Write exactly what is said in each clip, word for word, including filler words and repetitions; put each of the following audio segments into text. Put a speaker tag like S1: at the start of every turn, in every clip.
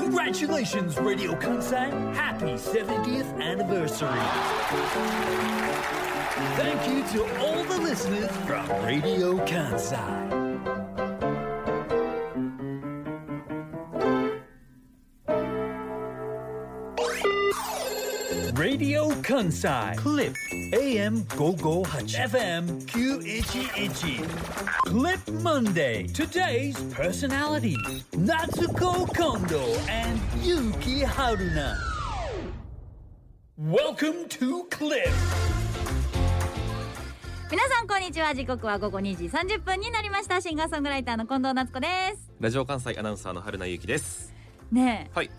S1: Congratulations, Radio Kansai. Happy seventieth anniversary. Thank you to all the listeners from Radio Kansai. Radio Kansai Clip エーエムごひゃくごじゅうはち エフエムきゅうひゃくじゅういち Clip Monday. Today's personalities Natsuko Kondo and Yuki Haruna. Welcome to Clip.
S2: 皆さんこんにちは。時刻はごごにじさんじゅっぷんになりました。シンガーソングライターの近藤夏子です。
S3: ラジオ関西アナウンサーの春名由紀です。
S2: ねえ、
S3: はい、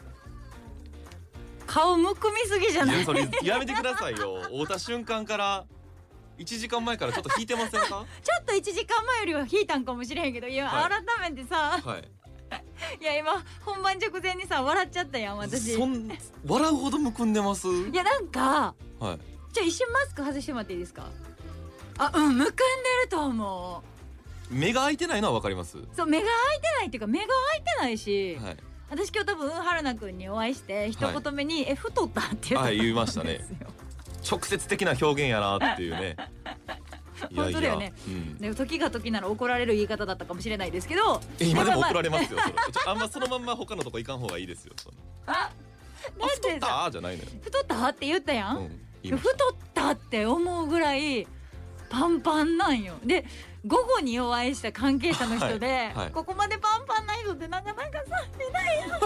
S3: 顔
S2: むくみすぎじゃない？
S3: いやそれやめてくださいよ。会った瞬間からいちじかんまえからちょっと引いてませんか？ちょ
S2: っといちじかんまえよりは引いたんかもしれへんけど、いや、はい、改めてさ、はい、いや今本番直前にさ笑っちゃったやん私。
S3: そん笑うほどむくんでます？
S2: いやなんか、はい、じゃあ一瞬マスク外してもらっていいですか？あ、うん、むくんでると思
S3: う。目が開いてないのはわかります。
S2: そう、目が開いてないっていうか目が開いてないし、はい、私今日多分春菜くんにお会いして一言目に、はい、え太ったって言ったんですよ。はい、
S3: 言いましたね。直接的な表現やなっていうね。
S2: いやいや本当だよね、うん、で時が時なら怒られる言い方だったかもしれないですけど、
S3: 今でも怒られますよ。それあんまそのまんま他のとこ行かん方がいいですよ。そのあ、なんで太ったじゃないのよ。
S2: 太ったって言ったやん、うん、太ったって思うぐらいパンパンなんよ。で午後にお会いした関係者の人で、はいはい、ここまでパンパンな人ってなかなかさいないよ。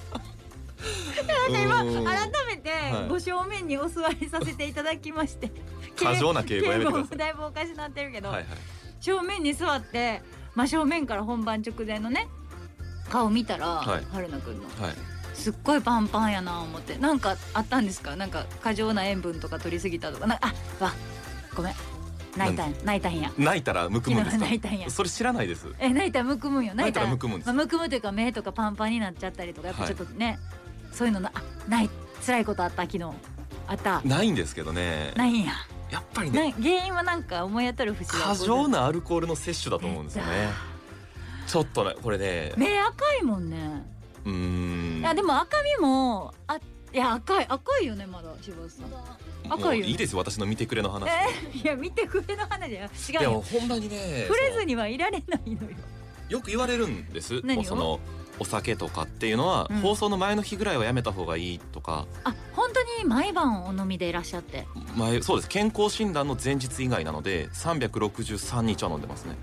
S2: なんか今改めてご正面にお座りさせていただきまして、
S3: 過剰な敬語やめてください。
S2: だいぶおかしなってるけど、はいはい、正面に座って真正面から本番直前のね顔見たら、はい、春菜くんの、はい、すっごいパンパンやな思って。なんかあったんですか？なんか過剰な塩分とか取りすぎたとか。なんかあわごめん泣いたん泣いたんや。
S3: 泣いたらむくむんですか？
S2: 泣いたんや。
S3: それ知らないです。
S2: え、泣いたらむくむんよ。
S3: 泣いたらむくむんです。
S2: むくむというか目とかパンパンになっちゃったりとか、やっぱちょっとね、はい、そういうのな、あ、ない辛いことあった？昨日あった？
S3: ないんですけどね。
S2: ないんや。
S3: やっぱりね、
S2: 原因はなんか思い当たる節は
S3: 過剰なアルコールの摂取だと思うんですよね。ちょっとねこれね、
S2: 目赤いもんね。
S3: うーん、
S2: いやでも赤みもあ、いや赤い赤いよね。まだ柴田さん赤いよね。
S3: いいですよ私の見てくれの話。
S2: えー、いや見てくれの話じゃ違うよ。
S3: いやもうほんまにね、
S2: 触れずにはいられないのよ。
S3: よく言われるんです。
S2: 何を？
S3: そのお酒とかっていうのは、うん、放送の前の日ぐらいはやめた方がいいとか。あ、
S2: 本当に毎晩お飲みでいらっしゃって？
S3: 前そうです。健康診断の前日以外なのでさんびゃくろくじゅうさんにちは飲んでますね。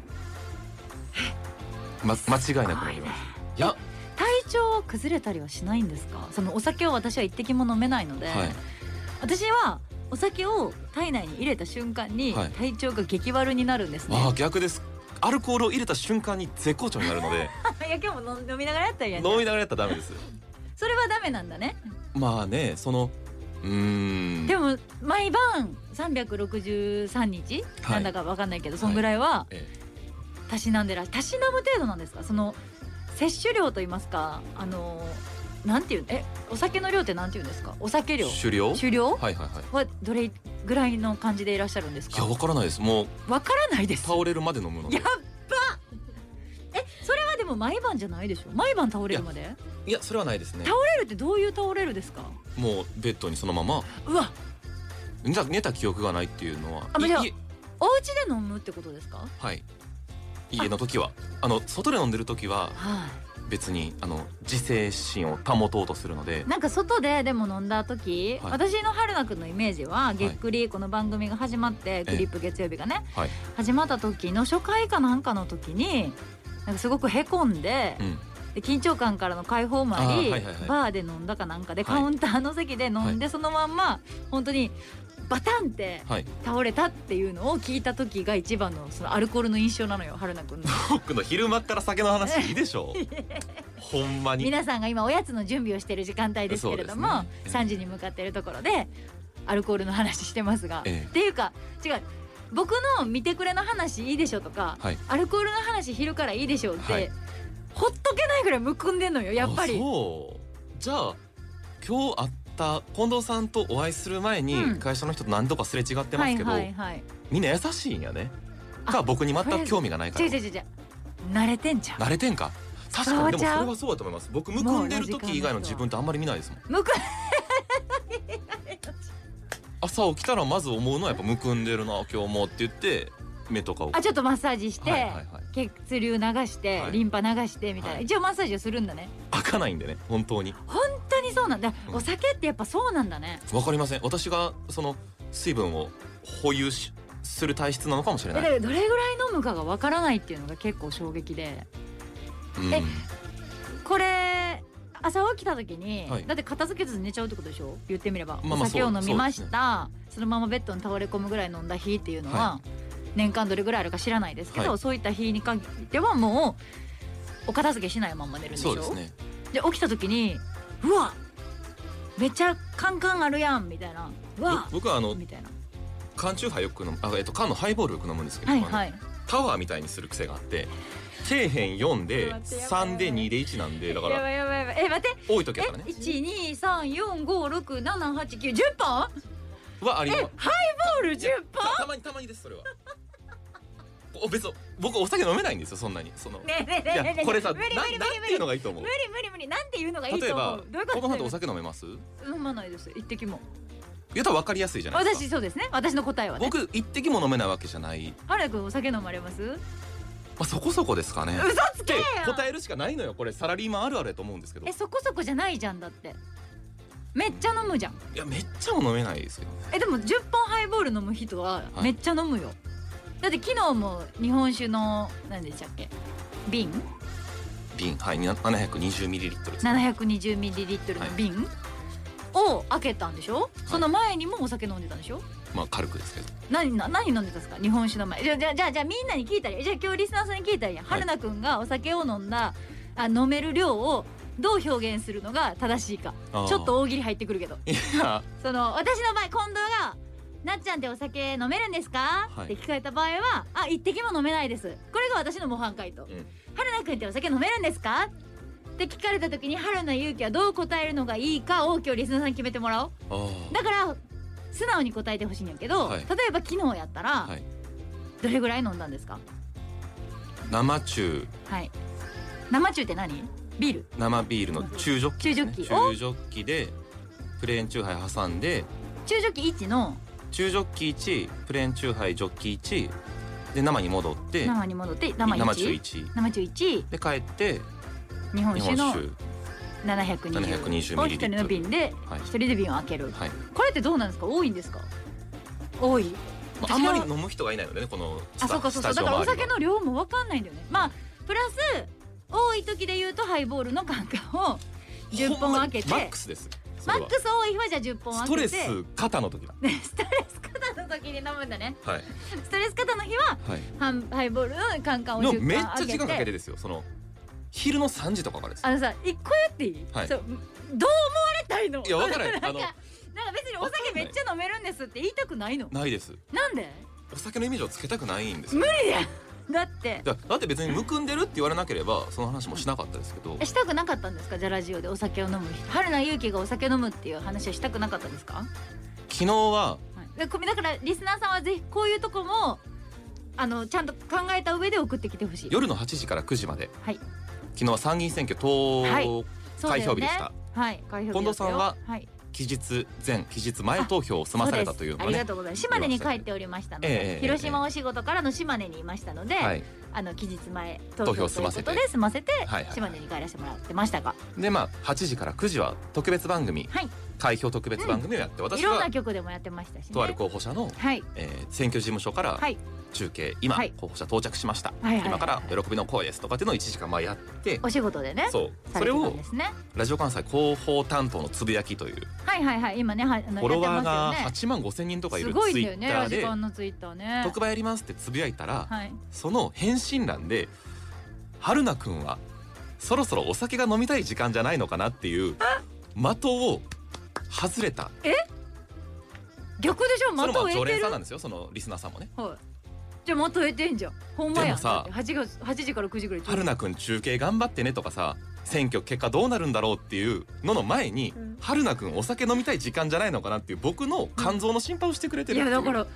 S3: ま、間違いなく飲みます。いや
S2: 体調崩れたりはしないんですか？そのお酒を私は一滴も飲めないので、はい、私はお酒を体内に入れた瞬間に体調が激悪になるんですね。
S3: はい、あ、逆です。アルコールを入れた瞬間に絶好調になるので。
S2: いや今日も飲みながらやったらいいやん。
S3: 飲みながらやったらダメです。
S2: それはダメなんだね。
S3: まあね、そのうーん、
S2: でも毎晩さんびゃくろくじゅうさんにち、はい、なんだかわかんないけどそんぐらいはたしなんでらたしなむ程度なんですか？その摂取量と言いますか、あのなんていうえお酒の量ってなんていうんですか？お酒量、
S3: 酒量
S2: 酒量、
S3: はいはいはい、
S2: はどれぐらいの感じでいらっしゃるんですか？
S3: いやわからないです。もう
S2: わからないです。
S3: 倒れるまで飲むので。
S2: やっば。え、それはでも毎晩じゃないでしょ？毎晩倒れるまで？いや、
S3: いやそれはないですね。
S2: 倒れるってどういう倒れるですか？
S3: もうベッドにそのまま。うわ。じゃ寝た記憶がないっていうのは。
S2: あ、じゃあお家で飲むってことですか？
S3: はい。家の時は、あの外で飲んでる時は。はい。別にあの自制心を保とうとするので、
S2: なんか外ででも飲んだ時、はい、私の春菜くんのイメージはげっくり、はい、この番組が始まってクリップ月曜日がね、はい、始まった時の初回かなんかの時になんかすごくへこんで、うん、で緊張感からの解放もあり、あ、はいはいはい、バーで飲んだかなんかで、はい、カウンターの席で飲んで、はい、そのまんま本当にバタンって倒れたっていうのを聞いた時が一番のそのアルコールの印象なのよ、春菜くんの。
S3: 僕の昼間から酒の話いいでしょ。ほんまに
S2: 皆さんが今おやつの準備をしている時間帯ですけれども、ね、ええ、さんじに向かっているところでアルコールの話してますが、ええ、っていうか違う、僕の見てくれの話いいでしょとか、はい、アルコールの話昼からいいでしょって、はい、ほっとけないぐらいむくんでんのよやっぱり。
S3: あ、そうじゃあ今日会った近藤さんとお会いする前に会社の人と何度かすれ違ってますけど、はいはいはい、みんな優しいんやねか僕に全く興味がないから。
S2: 違う違う違う、慣れてんじゃん。
S3: 慣れてんか。 確かにでもそれはそうだと思います。僕むくんでる時以外の自分ってあんまり見ないですもん。
S2: むく
S3: 朝起きたらまず思うのはやっぱむくんでるな今日もって言って目とかを
S2: あちょっとマッサージして、
S3: はいはいはい、
S2: 血流流して、はい、リンパ流してみたいな、はい、一応マッサージをするんだね。
S3: 開かないんでね本当に
S2: 本当にそうなんだ、うん、お酒ってやっぱそうなんだね。
S3: わかりません。私がその水分を保有しする体質なのかもしれない。
S2: どれぐらい飲むかがわからないっていうのが結構衝撃で、うん、えこれ朝起きた時に、はい、だって片付けずに寝ちゃうってことでしょ言ってみれば、まあまあ、お酒を飲みました そ,、ね、そのままベッドに倒れ込むぐらい飲んだ日っていうのは、はい、年間どれぐらいあるか知らないですけど、はい、そういった日に限ってはもうお片付けしないまま寝るんでしょ。
S3: そうですね。
S2: で起きた時にうわめっちゃカンカンあるやんみたいな、うわ
S3: 僕はあの
S2: みたいな
S3: 缶チューハイよく飲むあ、えっと、缶のハイボールよく飲むんですけど、はいはい、タワーみたいにする癖があって底辺よんでさんでにでいちなんで、だから
S2: やばいやばいやばいえ待って
S3: 多い時からね
S2: いちにさんよんごろくななはちきゅうじゅっぽん
S3: はあります。
S2: ハイボールじゅっぽん
S3: た, たまにたまにですそれは別に僕お酒飲めないんですよそんなにその
S2: ねえねえねえねえ
S3: いやこれさ
S2: 無理無理無理
S3: なんていうのがいいと思う。
S2: 無理無理無理なんていうのがいいと思う。
S3: 例えば
S2: どういうこと
S3: この後お酒飲めます？
S2: 飲まないです一滴も。
S3: 言うと分かりやすいじゃないですか。
S2: 私そうですね私の答えはね。
S3: 僕一滴も飲めないわけじゃない。
S2: 原田君お酒飲まれます？
S3: まあそこそこですかね。
S2: 嘘つけよ
S3: 答えるしかないのよこれ。サラリーマンあるあるやと思うんですけど。
S2: えそこそこじゃないじゃんだってめっちゃ飲むじゃん。
S3: いやめっちゃも飲めないですけどね。
S2: えでもじゅっぽんハイボール飲む人はめっちゃ飲むよ、はい、だって昨日も日本酒の何でしたっけ瓶
S3: 瓶はい ななひゃくにじゅうミリリットル です、ね、
S2: ななひゃくにじゅうミリリットルの瓶、はいを開けたんでしょ、はい、その前にもお酒飲んでたんでしょ。
S3: まあ軽くですけど。
S2: 何何飲んでたんですか日本酒の前。じゃあじゃあじゃあじゃあみんなに聞いたりじゃあ今日リスナーさんに聞いたりやん、はい、春菜くんがお酒を飲んだあ飲める量をどう表現するのが正しいか。ちょっと大喜利入ってくるけど、いやその私の場合近藤がなっちゃんってお酒飲めるんですか、はい、って聞かれた場合はあ一滴も飲めないです。これが私の模範回答、うん、春菜くんってお酒飲めるんですかって聞かれた時に春菜ゆうきはどう答えるのがいいかを今日リスナーさんに決めてもらおう。だから素直に答えてほしいんやけど、はい、例えば昨日やったら、はい、どれぐらい飲んだんですか？
S3: 生中。
S2: はい生中って何？ビール？生
S3: ビールの中ジョッキ、ね、
S2: 中ジョッキ
S3: 中ジョッキでプレーンチューハイ挟んで
S2: 中ジョッキいちの
S3: 中ジョッキいちプレーンチューハイジョッキいちで生に戻って
S2: 生に戻って生いち
S3: 生中いち
S2: 生中いち
S3: で帰って
S2: 日本酒のななひゃくにじゅうをひとりの瓶でひとりで瓶を開ける、はい、これってどうなんですか？多いんですか？多い、
S3: まあ、あんまり飲む人がいないのでねこのスタ
S2: あそうかそうそうだからお酒の量も分かんないんだよね。まあプラス多い時で言うとハイボールのカンカンをじゅっぽん開けて
S3: マックスです。
S2: マックス多い日はじゃあじゅっぽん開けて
S3: ストレス肩の時だ
S2: ストレス肩の時に飲むんだね、
S3: はい、
S2: ストレス肩の日は、はい、ハイボールのカンカンをじゅっぽん開けて
S3: めっちゃ時間かけてですよ。その昼のさんじとかからです。
S2: あのさ一個言っていい、はい、そうどう思われたいの？
S3: いや分からない。あのなんか
S2: 別にお酒めっちゃ飲めるんですって言いたくないの？
S3: ないです。
S2: なんで？
S3: お酒のイメージをつけたくないんですよ。
S2: 無理だよだって
S3: だ, だって別にむくんでるって言われなければその話もしなかったですけど、
S2: うん、したくなかったんですか？じゃあラジオでお酒を飲む人春菜ゆうきがお酒飲むっていう話はしたくなかったですか？
S3: 昨日は、は
S2: い、だからリスナーさんはぜひこういうとこもあのちゃんと考えた上で送ってきてほしい。
S3: 夜のはちじからくじまで、はい、昨日は参議院選挙投開票日でした、はい、開票日近藤さんは、はい期日前期日前投票を済まされたというのね。
S2: ありがとうございます。島根に帰っておりましたので、えー、広島お仕事からの島根にいましたので、はい、あの期日前投票ということで済ませて島根に帰らせてもらってましたが、
S3: でまあはちじからくじは特別番組、はい、開票特別番組をやって、うん、私はい
S2: ろんな局でもやってましたし、ね、
S3: とある候補者の、はいえー、選挙事務所から中継、今、はい、候補者到着しました、はいはいはいはい、今から喜びの声ですとかっていうのをいちじかんまえやって
S2: お仕事でね、
S3: そうそれをラジオ関西広報担当のつぶやきという、
S2: はいはいはい今ねは
S3: フォロワーがはちまんごせんにんとかいるツイッターで、ラ
S2: ジコンのツイッターね、
S3: 特番やりますってつぶやいたら、はい、その返信欄で春菜くんはそろそろお酒が飲みたい時間じゃないのかなっていう的を外れた。
S2: え逆でしょ？的を得てる。その
S3: 常連さんなんですよそのリスナーさんもね、はい、じゃ
S2: あ的得てんじゃん。ほんまやん。でもさはちじからくじぐらい
S3: 春菜くん中継頑張ってねとかさ選挙結果どうなるんだろうっていうのの前に、うん、春菜くんお酒飲みたい時間じゃないのかなっていう僕の肝臓の心配をしてくれてるっていう、
S2: いやだから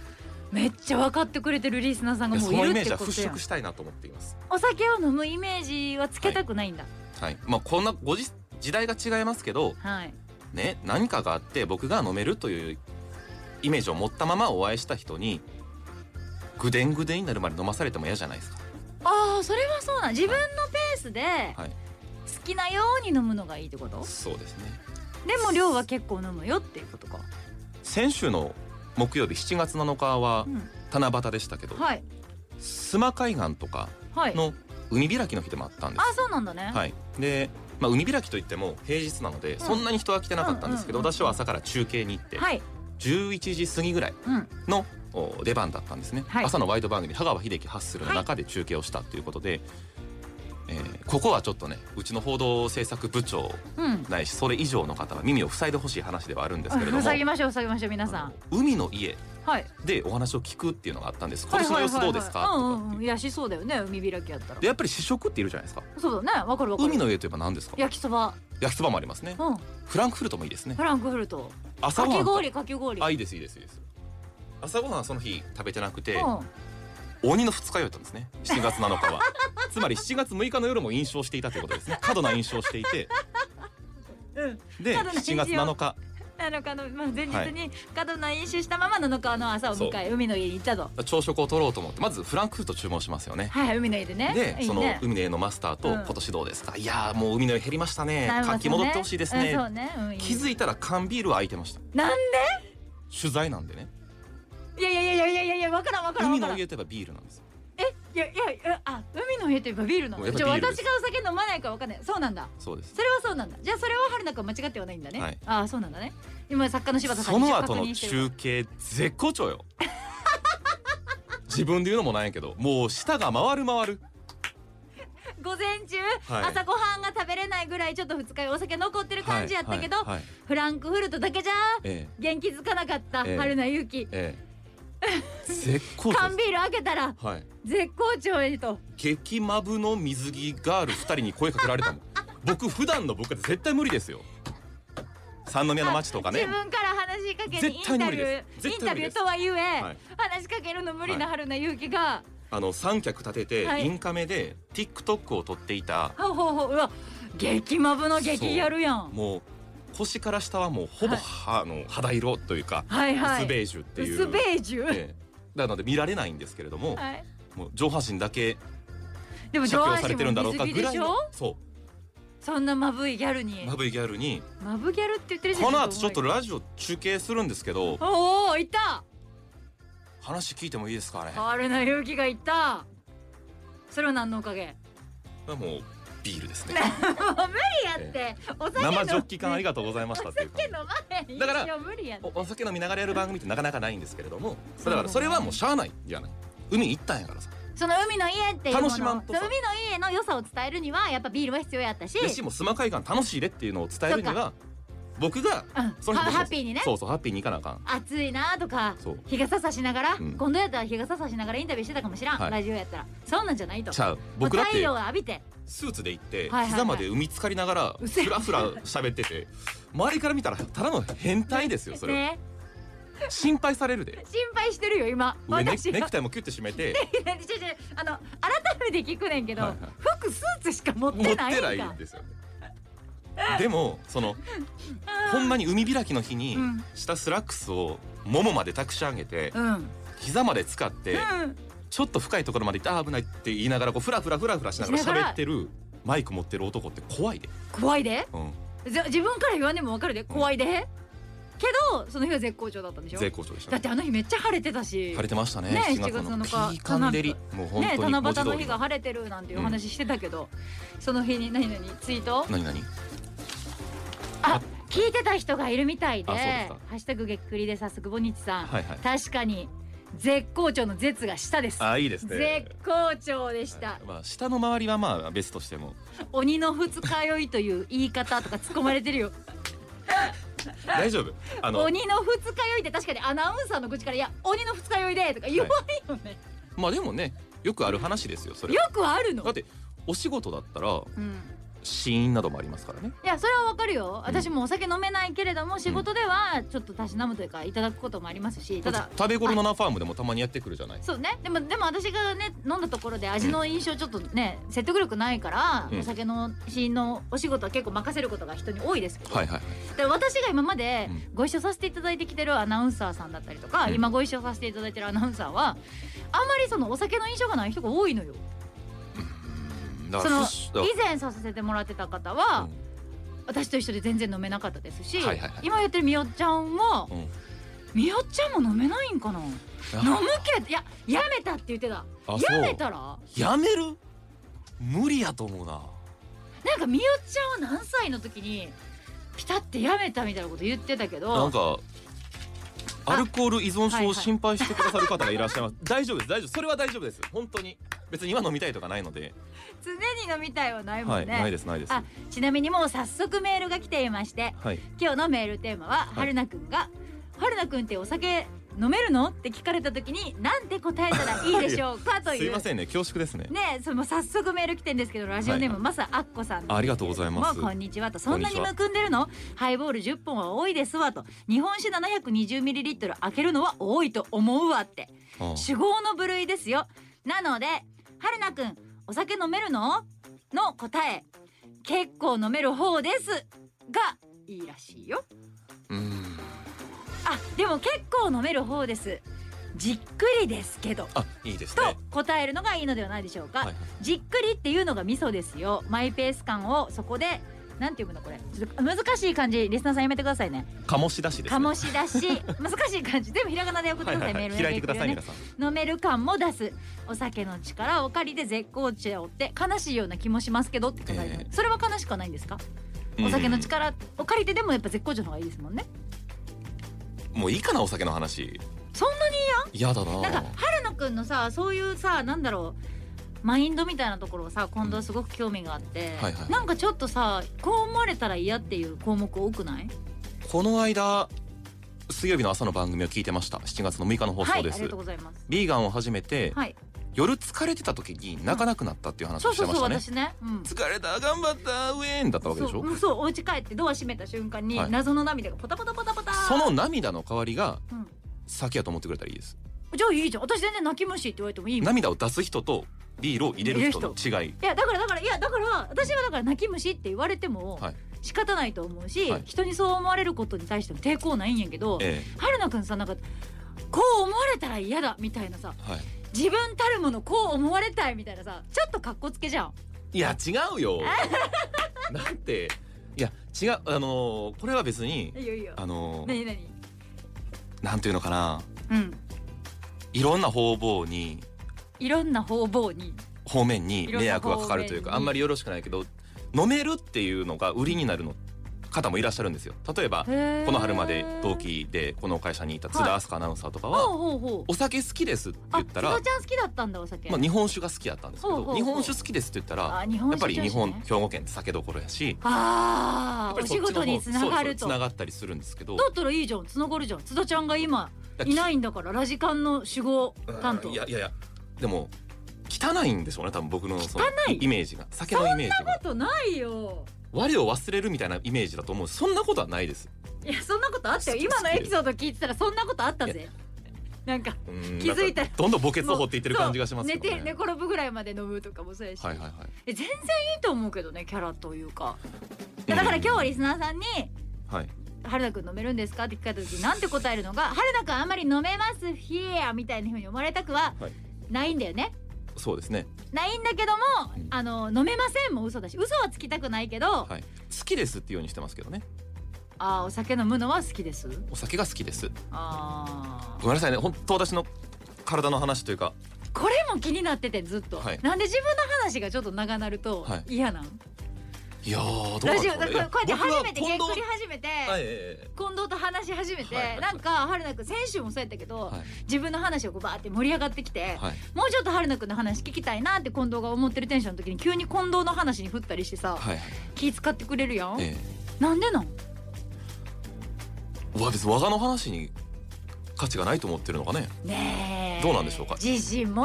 S2: めっちゃ分かってくれてるリスナーさんがもういるってことやん。
S3: そのイメージは払拭したいなと思っています。
S2: お酒を飲むイメージはつけたくないんだ。
S3: はい、はい、まあこんなご時時代が違いますけど、はい、ね、何かがあって僕が飲めるというイメージを持ったままお会いした人にぐでんぐでんになるまで飲まされても嫌じゃないですか。
S2: ああ、それはそうなん。自分のペースで好きなように飲むのがいいってこと？はい、
S3: そうですね。
S2: でも量は結構飲むよっていうことか。
S3: 先週の木曜日しちがつなのかは七夕でしたけど、うん、はい、須磨海岸とかの海開きの日でもあったんです。
S2: あ、そうなんだね。
S3: はい。で、まあ、海開きといっても平日なのでそんなに人は来てなかったんですけど、私は朝から中継に行って、はい、じゅういちじ過ぎぐらいの出番だったんですね。はい、朝のワイド番組香川秀樹ハッスルの中で中継をしたということで、はい、えー、ここはちょっとね、うちの報道制作部長ないし、うん、それ以上の方は耳を塞いでほしい話ではあるんですけれども、
S2: 塞ぎましょう塞ぎましょう皆さん。
S3: 海の家でお話を聞くっていうのがあったんです。今年の様子どうですかとかって。
S2: いや、しそうだよね、海開きやったら。
S3: でやっぱり試食っているじゃないですか。
S2: そうだね、わかるわかる。
S3: 海の家といえば何ですか？
S2: 焼きそば。
S3: 焼きそばもありますね、うん、フランクフルトもいいですね。
S2: フランクフルト、
S3: 朝ごはん、
S2: かき氷かき氷。
S3: あ、いいですいいですいいです。朝ごはんその日食べてなくて、うん、鬼の二日酔いだったんですね、しちがつなのかは。つまりしちがつむいかの夜も飲酒をしていたということですね。過度な飲酒をしていて、うん、でしちがつなのか
S2: なのかの、まあ、前日に過度な飲酒したままなのかの朝を迎え海の家に行ったと。
S3: 朝食を取ろうと思ってまずフランクフルト注文しますよね。
S2: はい、海の家でね。
S3: でその海の家のマスターと、今年どうですか、いやもう海の家減りましたね、活気戻ってほしいですね。気づいたら缶ビールは空いてました。
S2: なんで？
S3: 取材なんでね。
S2: いやいやいやいやいやいや、分からん分からん。
S3: 海の家といえばビールなんですよ。
S2: え、いやいや、あ、海の家といえばビールなの？じゃあ私がお酒飲まないか分かんない。そうなんだ。
S3: そうです。
S2: それはそうなんだ。じゃあそれは春菜くん間違ってはないんだね。はい、ああ、そうなんだね。今作家の柴田さんに
S3: その後の中継絶好調よ。自分で言うのもなんやけど、もう舌が回る回る。
S2: 午前中、はい、朝ごはんが食べれないぐらいちょっと二日酔いお酒残ってる感じやったけど、はいはいはい、フランクフルトだけじゃ、ええ、元気づかなかった、ええ、春菜ゆき、え
S3: え、絶好調。
S2: 缶ビール開けたら、はい、絶好調へと。
S3: 激マブの水着ガールふたりに声かけられたもん。僕普段の僕は絶対無理ですよ。三宮の街とかね、
S2: 自分から話しかけにインタビューインタビューとはいえ、はい、話しかけるの無理な春菜ゆきが、はい、
S3: あの三脚立てて、はい、インカメで TikTok を撮っていた。
S2: ほうほうほう、うわ、激マブの激やるやん。
S3: もう腰から下はもうほぼ、はい、あの肌色というか、はいはい、薄ベージュっていう
S2: 薄ベージュ、
S3: ええ、なので見られないんですけれども、はい、もう上半身だけ着用されてるんだろうかぐらいの。そう、
S2: そんなマブいギャルに
S3: マブいギャルに
S2: マブギャルって言ってるじゃん。
S3: この後ちょっとラジオ中継するんですけど、
S2: おお、いた。
S3: 話聞いてもいいですかね。
S2: 春菜ゆきがいた。それは何のおかげ？
S3: もうビールですね。
S2: もう無理やって、えー、お酒
S3: 生ジョッキ缶ありがとうございましたっていう。
S2: お酒飲まへん。
S3: だからお, お酒飲みながらやる番組ってなかなかないんですけれども、だからそれはもうしゃあないじゃない。海行ったんやからさ。
S2: その海の家っていうもの、楽しまんとさ、海の家の良さを伝えるにはやっぱビールは必要やったし、
S3: でしも須磨海岸楽しいでっていうのを伝えるには僕が、
S2: うん、そのハッピーにね、
S3: そうそうハッピーに行かなあかん。
S2: 暑いなとか日傘さしながら、うん、今度やったら日傘さしながらインタビューしてたかもしらん、はい、ラジオやったら。そんなんじゃないと。
S3: ちゃう、僕だって
S2: 太陽を浴びて
S3: スーツで行って、はいはいはい、膝まで海浸かりながらフラフラ喋ってて周りから見たらただの変態ですよそれ、ね、心配されるで。
S2: 心配してるよ今。
S3: 上ネクタイもキュッて締めて
S2: あの改めて聞くねんけど、はいはい、服スーツしか持ってないんか。持ってないんですよね。
S3: でもそのほんまに海開きの日に下スラックスをももまでたくし上げて、うん、膝まで使って、うん、ちょっと深いところまで行ってあ危ないって言いながらこうフラフラフラフラしながら喋ってるマイク持ってる男って怖いで。
S2: 怖いで、うん、自分から言わんでも分かるで、怖いで、うん、けどその日は絶好調だったんでしょ。
S3: 絶好調でした、
S2: ね、だってあの日めっちゃ晴れてたし。
S3: 晴れてましたね。
S2: ね、しちがつなのか
S3: ピーカン照り、もう本当に
S2: ね、七夕の日が晴れてるなんていう話してたけど、うん、その日に何々ツイート
S3: 何々
S2: あ、聞いてた人がいるみたいで、ハッシュタグげっくりで早速ボニッチさん、はいはい、確かに絶好調の絶が下です。
S3: あ、いいですね。
S2: 絶好調でした、
S3: はい、まあ下の周りはまあ別としても
S2: 鬼の二日酔いという言い方とか突っ込まれてるよ。
S3: 大丈夫。あの
S2: 鬼の二日酔いって確かにアナウンサーの口からいや鬼の二日酔いでとか弱いよね、はい、
S3: まあでもねよくある話ですよそれ。
S2: よくあるの。
S3: だってお仕事だったら、うん、 死因などもありますからね。
S2: いやそれはわかるよ。私もお酒飲めないけれども、うん、仕事ではちょっとたしなむというかいただくこともありますし、ただ
S3: 食べ頃のナファームでもたまにやってくるじゃない。
S2: そうね。でもでも私がね飲んだところで味の印象ちょっとね、うん、説得力ないから、うん、お酒の死因のお仕事は結構任せることが人に多いですけど、はいはいはい、で私が今までご一緒させていただいてきてるアナウンサーさんだったりとか、うん、今ご一緒させていただいてるアナウンサーはあんまりそのお酒の印象がない人が多いのよ。その以前させてもらってた方は、うん、私と一緒で全然飲めなかったですし、はいはいはい、今やってるみよちゃんは、うん、みよちゃんも飲めないんかな。飲むけどいややめたって言ってた。やめたら
S3: やめる無理やと思うな。
S2: なんかみよちゃんは何歳の時にピタってやめたみたいなこと言ってたけど、
S3: なんかアルコール依存症を心配してくださる方がいらっしゃいます、はいはい、大丈夫です大丈夫、それは大丈夫です。本当に別に今飲みたいとかないので。
S2: 常に飲みたいはないもんね、
S3: はい、ないですないです。
S2: あ、ちなみにもう早速メールが来ていまして、はい、今日のメールテーマは、はい、春菜くんが春菜くんってお酒飲めるのって聞かれた時になんて答えたらいいでしょうかという。
S3: すいませんね、恐縮ですね。
S2: ね、その早速メール来てんですけど、ラジオネーム、はい、まさあっこさん。
S3: ありがとうございます。
S2: もうこんにちはと。そんなにむくんでるの？ハイボールじゅっぽんは多いですわと。日本酒 ななひゃくにじゅうミリリットル 開けるのは多いと思うわって。ああ、酒豪の部類ですよ。なので春菜くんお酒飲めるの？の答え、結構飲める方ですがいいらしいよ。うーん、あ、でも結構飲める方です、じっくりですけど、
S3: あ、いいですね、
S2: と答えるのがいいのではないでしょうか、はいはい、じっくりっていうのがミソですよ。マイペース感をそこでなんていうのこれちょっと難しい漢字リスナーさんやめてくださいね。
S3: 醸し出しですね。
S2: 醸し出し難しい漢字全部ひらがなで送ってください。メールで、
S3: 開いてください皆さん。
S2: 飲める感も出す、お酒の力を借りて絶好調って悲しいような気もしますけどって書かれてる、えー、それは悲しくはないんですか？お酒の力を借りてでもやっぱ絶好調の方がいいですもんね。
S3: もういいかなお酒の話。
S2: そんなに嫌？
S3: 嫌だな。
S2: なんか春菜くんのさそういうさなんだろうマインドみたいなところをさ今度はすごく興味があって、うんはいはい、なんかちょっとさこう思われたら嫌っていう項目多くない？
S3: この間水曜日の朝の番組を聞いてました。しちがつのむいかの放送です、はい、ありがとうございます。ビーガンを始めて、はい、夜疲れてた時に泣かなくなったっていう話をしてましたね、うん、そうそうそう私ね、うん、疲れた頑張ったウェーンだったわけでしょ。
S2: そう、そうお家帰ってドア閉めた瞬間に、はい、謎の涙がポタポタポタポタ。
S3: その涙の代わりが、うん、酒やと思ってくれたらいいです。
S2: じゃあいいじゃん。私全然泣き虫って言われてもいいもん。
S3: 涙を出す人とビールを入れる人の違い。い
S2: やだからだからいやだから私はだから泣き虫って言われても仕方ないと思うし、はい、人にそう思われることに対しても抵抗ないんやけど、ええ、春菜くんさなんかこう思われたら嫌だみたいなさ、はい、自分たるものこう思われたいみたいなさちょっとカッコつけじゃん。
S3: いや違うよなんていや違うあのー、これは別にいいよいいよあのー、何何なんていうのかな、うん、いろんな方々に
S2: いろんな方々に
S3: 方面に迷惑がかかるというかあんまりよろしくないけど飲めるっていうのが売りになるの方もいらっしゃるんですよ。例えばこの春まで同期でこの会社にいた津田明日香アナウンサーとかは、はい、お酒好きですって言ったら
S2: 津田ちゃん好きだったんだお酒、
S3: まあ、日本酒が好きだったんですけどほうほうほう日本酒好きですって言ったら、ね、やっぱり日本兵庫県って酒どころやし
S2: あお仕事につながると
S3: つながったりするんですけど
S2: だったらいいじゃんつながるじゃん。津田ちゃんが今いないんだからラジカンの守護担当。
S3: いやいやいやでも汚いんでしょうね多分僕のそのイメージが酒のイメージが。
S2: そんなことないよ。
S3: 我を忘れるみたいなイメージだと思う。そんなことはないです。
S2: いやそんなことあったよ。今のエピソード聞いてたらそんなことあったぜ。なんか気づいたらど
S3: んどん墓穴を掘っていってる感じがしますけどね。
S2: 寝て寝転ぶぐらいまで飲むとかもそうやし、はいはいはい、え全然いいと思うけどねキャラというか。だから今日はリスナーさんに、はい、春菜くん飲めるんですかって聞かれた時なんて答えるのが春菜くんあんまり飲めますヒエみたいな風に思われたくはないんだよね、はい、
S3: そうですね
S2: ないんだけども、うん、あの飲めませんも嘘だし嘘はつきたくないけど、はい、
S3: 好きですっていうようにしてますけどね。
S2: あお酒飲むのは好きです。
S3: お酒が好きです。あごめんなさいね本当私の体の話というか
S2: これも気になっててずっと、はい、なんで自分の話がちょっと長なると嫌なん、はい
S3: いやーどうなんでしょうね。
S2: こうやって初めてげっくり始めて近藤と話し始めて、はい、なんか春菜くん先週もそうやったけど、はい、自分の話をこうバーって盛り上がってきて、はい、もうちょっと春菜くんの話聞きたいなって近藤が思ってるテンションの時に急に近藤の話に振ったりしてさ、はい、気使ってくれるやん、ええ、なんでなん
S3: うわ別に我がの話に価値がないと思ってるのかね。
S2: ねえ
S3: どうなんでしょうか。
S2: 自信持ってよ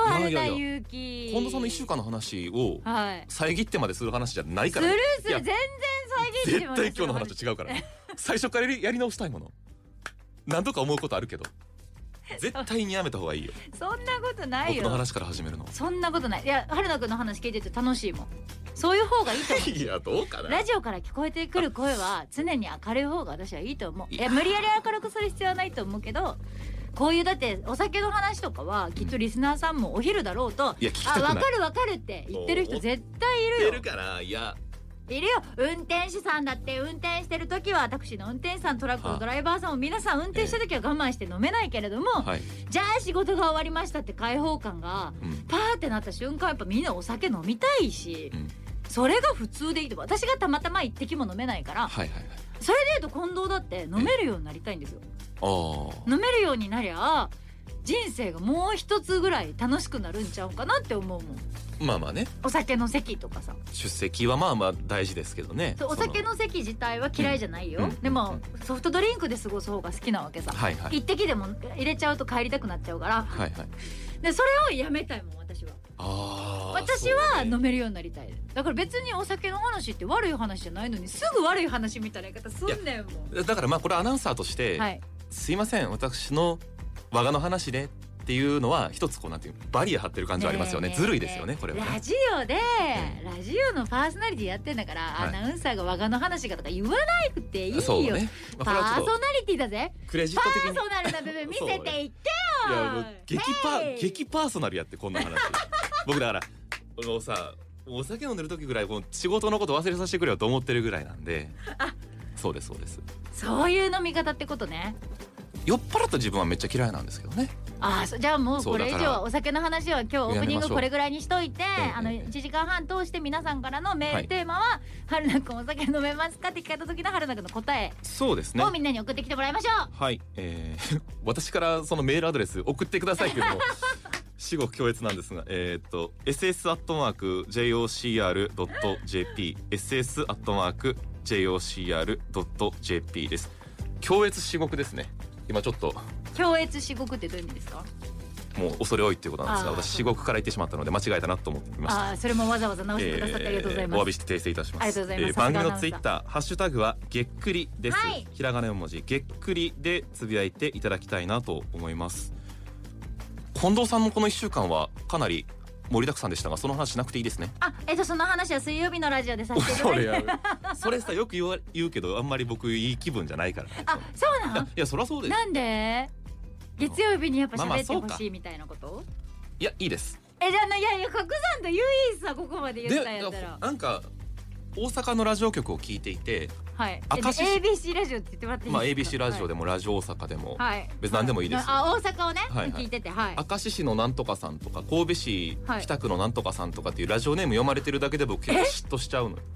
S2: 春田祐希。
S3: 近藤さんのいっしゅうかんの話を遮ってまでする話じゃないから、
S2: ね、するする全然遮ってまでする。
S3: 絶対今日の話と違うからね最初からやり直したいもの何度か思うことあるけど絶対にやめた方がいいよ。
S2: そんなことないよ。
S3: 僕の話から始めるの。
S2: そんなことない。いや、春菜くんの話聞いてて楽しいもん。そういう方がいいと思う。
S3: いや、どうかな。
S2: ラジオから聞こえてくる声は常に明るい方が私はいいと思う。いや、無理やり明るくする必要はないと思うけど、こういうだってお酒の話とかはきっとリスナーさんもお昼だろうと、
S3: いや、聞きたくない。
S2: あ、分かる分かるって言ってる人絶対いるよ。
S3: いるから、いや。
S2: いるよ。運転手さんだって運転してる時は、タクシーの運転手さん、トラックのドライバーさんも皆さん運転した時は我慢して飲めないけれども、えーはい、じゃあ仕事が終わりましたって開放感が、うん、パーってなった瞬間やっぱみんなお酒飲みたいし、うん、それが普通でいいと思う。私がたまたま一滴も飲めないから、はいはいはい、それでいうと近藤だって飲めるようになりたいんですよ。飲めるようになりゃ人生がもう一つぐらい楽しくなるんちゃうかなって思うもん。
S3: まあまあね、
S2: お酒の席とかさ、
S3: 出席はまあまあ大事ですけどね。
S2: お酒の席自体は嫌いじゃないよ、うん、でも、うん、ソフトドリンクで過ごす方が好きなわけさ、はいはい、一滴でも入れちゃうと帰りたくなっちゃうから、はいはい、でそれをやめたいもん私は。あ、私は飲めるようになりたい、ね、だから別にお酒の話って悪い話じゃないのにすぐ悪い話みたいな言い方すんねんもん。
S3: だからまあこれアナウンサーとして、はい、すいません私の我がの話でっていうのは一つこうなんていうバリア張ってる感じはありますよ ね, ね, ねずるいですよねこれは、ね、
S2: ラジオで、うん、ラジオのパーソナリティやってんだから、はい、アナウンサーが我がの話がとか言わなくていいよ、そうね、まあ、パーソナリティだぜ。
S3: クレジット的に
S2: パーソナルな部分見せていってよ、ね、いやもう
S3: 激パ激パーソナルやってこんな話僕だからもうさお酒飲んでる時ぐらいこう仕事のこと忘れさせてくれよと思ってるぐらいなんで。あ、そうですそうです。
S2: そういう飲み方ってことね。
S3: 酔っ払った自分はめっちゃ嫌いなんですけどね。
S2: ああ、じゃあもうこれ以上お酒の話は今日オープニングこれぐらいにしといて、あのいちじかんはん通して皆さんからのメールテーマは、はい、春菜くんお酒飲めますかって聞かれた時の春菜くんの答えをみんなに送ってきてもらいましょう。
S3: はい、えー、私からそのメールアドレス送ってくださいっていうのも至極強烈なんですが、えー、っと エスエス アットマーク ジェイオーシーアール ドット ジェーピー エスエス アットマーク ジェイオーシーアール ドット ジェーピー です。強烈至極ですね。今ちょっと
S2: 強烈至極ってどういう意味ですか？
S3: もう恐れ多いっていうことなんですが、私至極から言ってしまったので間違えたなと思っていました。
S2: あ、それもわざわざ直してくださってありがとうございます、えー、
S3: お詫びして訂正いたします。
S2: ありがとうございます、
S3: えー、番組のツイッターハッシュタグはげっくりです、はい、ひらがなよん文字げっくりでつぶやいていただきたいなと思います。近藤さんのこのいっしゅうかんはかなり盛りだくさんでしたが、その話しなくていいですね。
S2: あ、えっとその話は水曜日のラジオでさせていただいて
S3: それさよく言わ言うけどあんまり僕いい気分じゃないから、ね、
S2: あ、そうなの？い
S3: やそりゃそうです。
S2: なんで月曜日にやっぱ喋ってほしいみたいなこと？まあまあ、
S3: いやいいです。
S2: え、じゃあいやいや角山とゆいさここまで言ったんやったら
S3: なんか大阪のラジオ局を聞いていて、
S2: はい、エービーシー ラジオって言ってもらっていいですか？まあ
S3: エービーシー ラジオでもラジオ大阪でも、はい、別に何でもいいです、
S2: はい、あ、大阪をね、はいはい、聞いてて、はい、
S3: 明石市のなんとかさんとか神戸市北区のなんとかさんとかっていうラジオネーム読まれてるだけで僕結構嫉妬しちゃうのよ。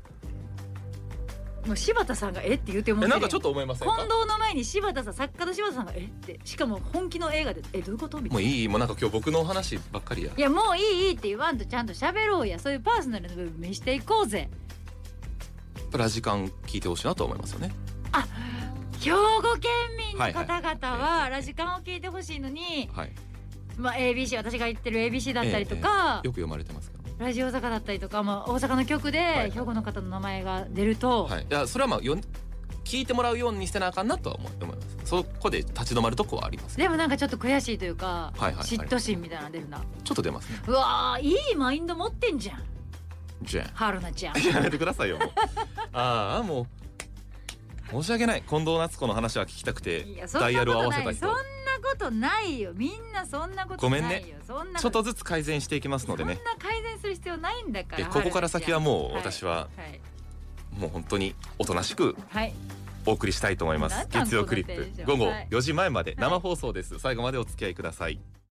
S2: もう柴田さんがえって言ってもらってる。
S3: なんかちょっと思いませんか？
S2: 近藤の前に柴田さん、作家の柴田さんがえって、しかも本気の映画でえどういうことみたいな。
S3: もういい、もうなんか今日僕の話ばっかりや。
S2: いやもういいいいって言わんとちゃんと喋ろうや。そういうパーソナルな部分見していこうぜ。
S3: ラジカン聞いてほしいなと思いますよね。
S2: あ、兵庫県民の方々はラジカンを聞いてほしいのに、はい、まあ エービーシー 私が言ってる エービーシー だったりとか、
S3: ええええ、よく読まれてますけど。
S2: ラジオ大阪だったりとか、まあ、大阪の局で兵庫の方の名前が出ると、
S3: はいはい、いやそれはまあよ聞いてもらうようにしてなあかんなとは思います。そこで立ち止まるとこはあります。
S2: でもなんかちょっと悔しいというか、はいはいはい、嫉妬心みたいなの出るな。
S3: ちょっと出ますね。
S2: うわー、いいマインド持ってんじゃん。
S3: じゃん
S2: 春菜ちゃん
S3: やめてくださいよもうああもう申し訳ない。近藤夏子の話は聞きたくてダイヤルを合わせた人。
S2: そんなことないよ。みんなそんなことないよ。ごめんね。そんな
S3: ちょっとずつ改善していきますのでね。
S2: そんな改善する必要ないんだから。
S3: ここから先はもう私は、はいはい、もう本当におとなしくお送りしたいと思います、はい、月曜クリップ午後よじまえまで生放送です、はい、最後までお付き合いください。